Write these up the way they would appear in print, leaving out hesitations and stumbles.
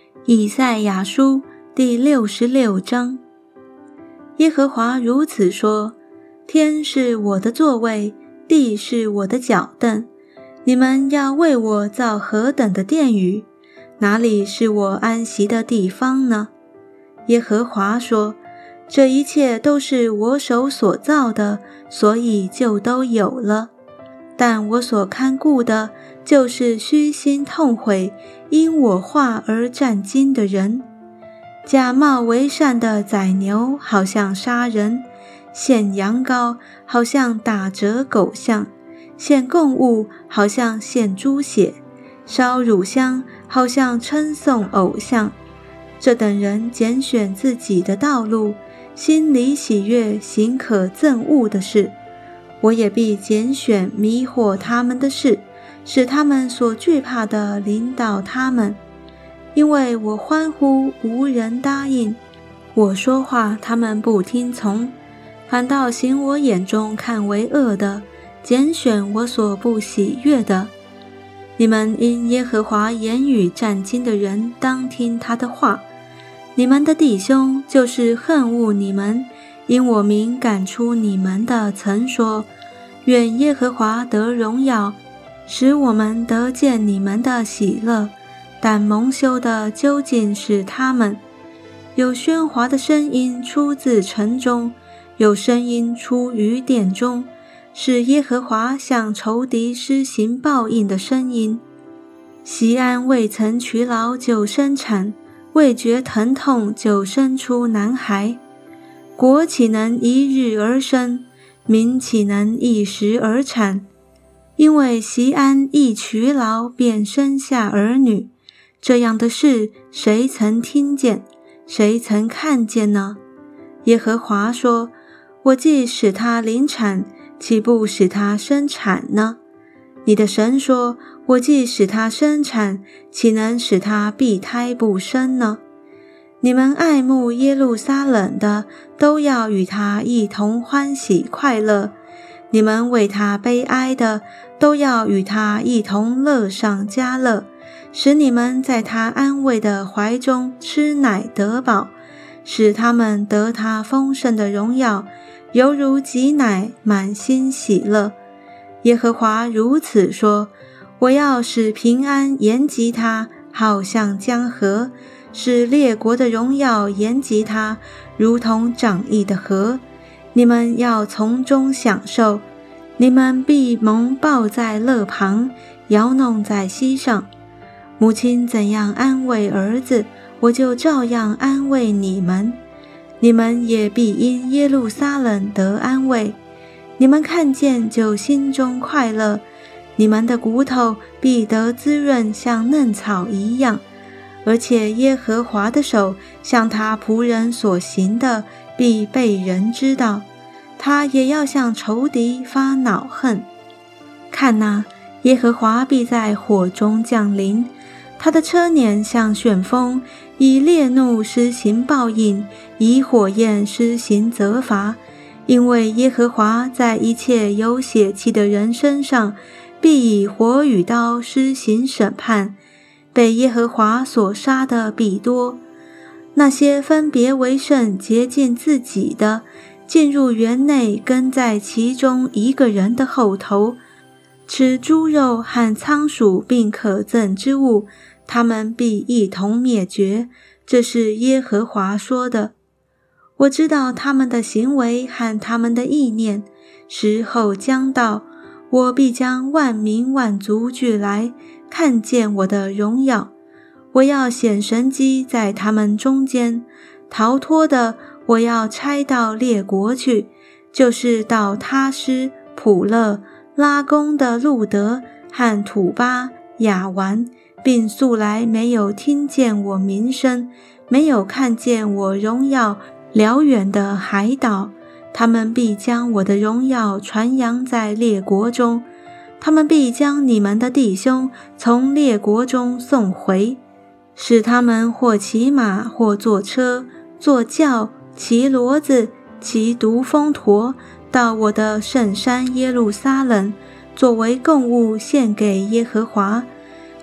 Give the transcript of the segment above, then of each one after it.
以赛亚书第66章。耶和华如此说：天是我的座位，地是我的脚凳，你们要为我造何等的殿宇？哪里是我安息的地方呢？耶和华说：这一切都是我手所造的，所以就都有了。但我所看顾的，就是虚心痛悔，因我话而战惊的人。假冒为善的宰牛，好像杀人；献羊羔，好像打折狗像；献供物，好像献猪血；烧乳香，好像称颂偶像。这等人拣选自己的道路，心里喜悦行可憎恶的事。我也必拣选迷惑他们的事，使他们所惧怕的领导他们。因为我欢呼，无人答应；我说话，他们不听从，反倒行我眼中看为恶的，拣选我所不喜悦的。你们因耶和华言语战惊的人，当听他的话。你们的弟兄就是恨恶你们，因我名赶出你们的，曾说：愿耶和华得荣耀，使我们得见你们的喜乐。但蒙羞的究竟是他们。有喧哗的声音出自城中，有声音出于殿中，是耶和华向仇敌施行报应的声音。锡安未曾劬劳就生产，未觉疼痛就生出男孩。国岂能一日而生？民岂能一时而产？因为锡安一劬劳便生下儿女。这样的事，谁曾听见？谁曾看见呢？耶和华说：我既使他临产，岂不使他生产呢？你的神说：我既使他生产，岂能使他闭胎不生呢？你们爱慕耶路撒冷的，都要与他一同欢喜快乐；你们为他悲哀的，都要与他一同乐上加乐，使你们在他安慰的怀中吃奶得饱，使他们得他丰盛的荣耀，犹如挤奶，满心喜乐。耶和华如此说：我要使平安延及他，好像江河；使列国的荣耀延及他，如同涨溢的河。你们要从中享受，你们必蒙抱在肋旁，摇弄在膝上。母亲怎样安慰儿子，我就照样安慰你们。你们也必因耶路撒冷得安慰，你们看见就心中快乐。你们的骨头必得滋润，像嫩草一样。而且耶和华的手向他仆人所行的，必被人知道。他也要向仇敌发恼恨。看哪，耶和华必在火中降临，他的车辇像旋风，以烈怒施行报应，以火焰施行责罚。因为耶和华在一切有血气的人身上，必以火与刀施行审判。被耶和华所杀的必多。那些分别为圣洁净自己的，进入园内，跟在其中一个人的后头，吃猪肉和仓鼠并可憎之物，他们必一同灭绝。这是耶和华说的。我知道他们的行为和他们的意念，时候将到，我必将万民万族聚来，看见我的荣耀。我要显神迹在他们中间，逃脱的我要差到列国去，就是到他施、普勒、拉弓的路德和土巴、亚完，并素来没有听见我名声，没有看见我荣耀辽远的海岛。他们必将我的荣耀传扬在列国中，他们必将你们的弟兄从列国中送回，使他们或骑马，或坐车，坐轿，骑骡子，骑独峰驼，到我的圣山耶路撒冷，作为供物献给耶和华，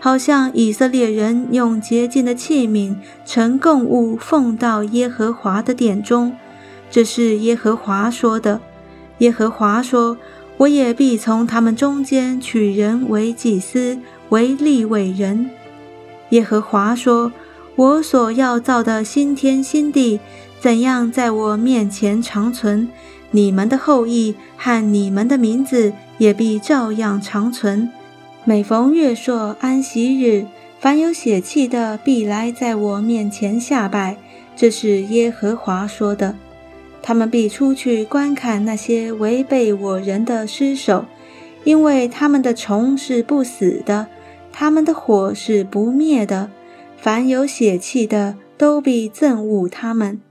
好像以色列人用洁净的器皿盛供物奉到耶和华的殿中。这是耶和华说的。耶和华说，我也必从他们中间取人为祭司，为利未人。耶和华说，我所要造的新天新地，怎样在我面前长存，你们的后裔和你们的名字也必照样长存。每逢月朔安息日，凡有血气的必来在我面前下拜，这是耶和华说的。他们必出去观看那些违背我人的尸首，因为他们的虫是不死的，他们的火是不灭的，凡有血气的都必憎恶他们。